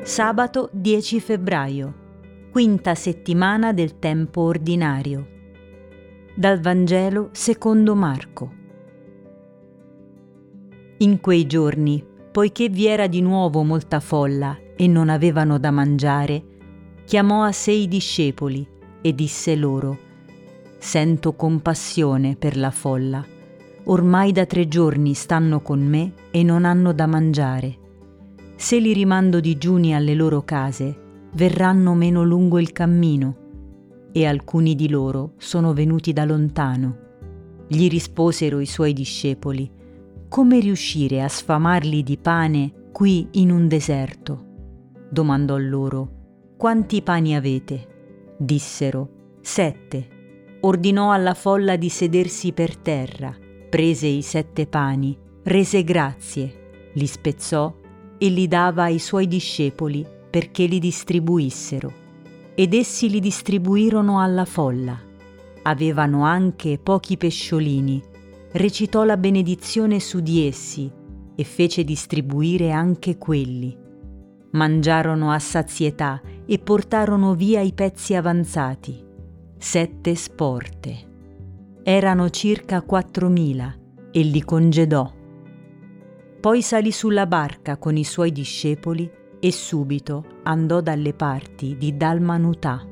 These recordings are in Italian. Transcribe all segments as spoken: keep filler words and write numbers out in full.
Sabato dieci febbraio, quinta settimana del tempo ordinario. Dal Vangelo secondo Marco. In quei giorni, poiché vi era di nuovo molta folla e non avevano da mangiare, chiamò a sé i discepoli e disse loro: «Sento compassione per la folla. Ormai da tre giorni stanno con me e non hanno da mangiare. Se li rimando digiuni alle loro case, verranno meno lungo il cammino». E alcuni di loro sono venuti da lontano. Gli risposero i suoi discepoli: «Come riuscire a sfamarli di pane qui in un deserto?» Domandò loro: «Quanti pani avete?» Dissero: «Sette». Ordinò alla folla di sedersi per terra, prese i sette pani, rese grazie, li spezzò e li dava ai suoi discepoli perché li distribuissero. Ed essi li distribuirono alla folla. Avevano anche pochi pesciolini. Recitò la benedizione su di essi e fece distribuire anche quelli. Mangiarono a sazietà e portarono via i pezzi avanzati, sette sporte. Erano circa quattromila e li congedò. Poi salì sulla barca con i suoi discepoli e subito andò dalle parti di Dalmanutà.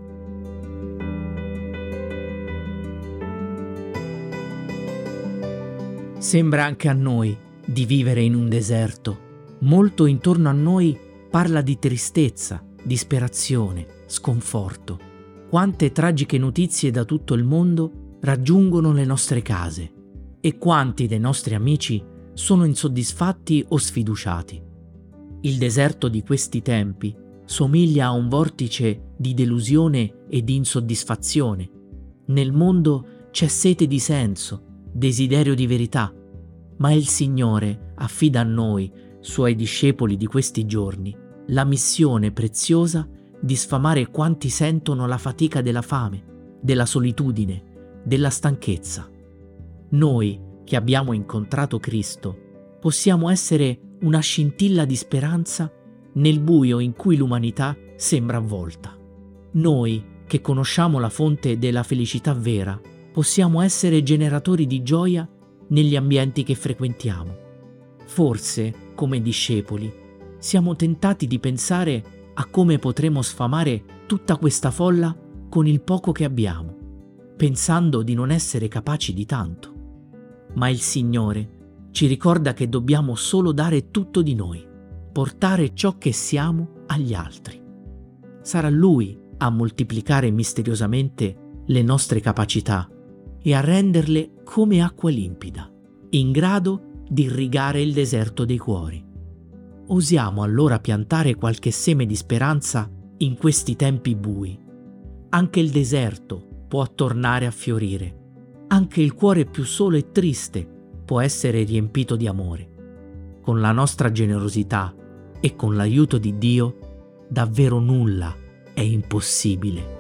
Sembra anche a noi di vivere in un deserto. Molto intorno a noi parla di tristezza, disperazione, sconforto. Quante tragiche notizie da tutto il mondo raggiungono le nostre case e quanti dei nostri amici sono insoddisfatti o sfiduciati. Il deserto di questi tempi somiglia a un vortice di delusione e di insoddisfazione. Nel mondo c'è sete di senso, desiderio di verità, ma il Signore affida a noi, Suoi discepoli di questi giorni, la missione preziosa di sfamare quanti sentono la fatica della fame, della solitudine, della stanchezza. Noi, che abbiamo incontrato Cristo, possiamo essere una scintilla di speranza nel buio in cui l'umanità sembra avvolta. Noi, che conosciamo la fonte della felicità vera, possiamo essere generatori di gioia negli ambienti che frequentiamo. Forse, come discepoli, siamo tentati di pensare a come potremo sfamare tutta questa folla con il poco che abbiamo, pensando di non essere capaci di tanto. Ma il Signore ci ricorda che dobbiamo solo dare tutto di noi, portare ciò che siamo agli altri. Sarà Lui a moltiplicare misteriosamente le nostre capacità e a renderle come acqua limpida, in grado di irrigare il deserto dei cuori. Osiamo allora piantare qualche seme di speranza in questi tempi bui. Anche il deserto può tornare a fiorire. Anche il cuore più solo e triste può essere riempito di amore. Con la nostra generosità e con l'aiuto di Dio, davvero nulla è impossibile.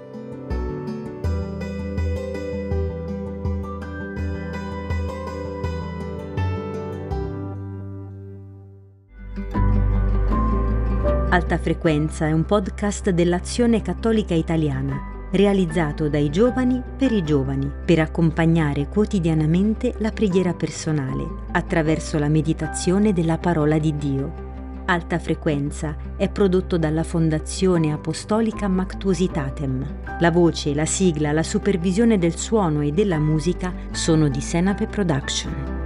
Alta Frequenza è un podcast dell'Azione Cattolica Italiana, realizzato dai giovani per i giovani, per accompagnare quotidianamente la preghiera personale attraverso la meditazione della parola di Dio. Alta Frequenza è prodotto dalla Fondazione Apostolica Mactuositatem. La voce, la sigla, la supervisione del suono e della musica sono di Senape Production.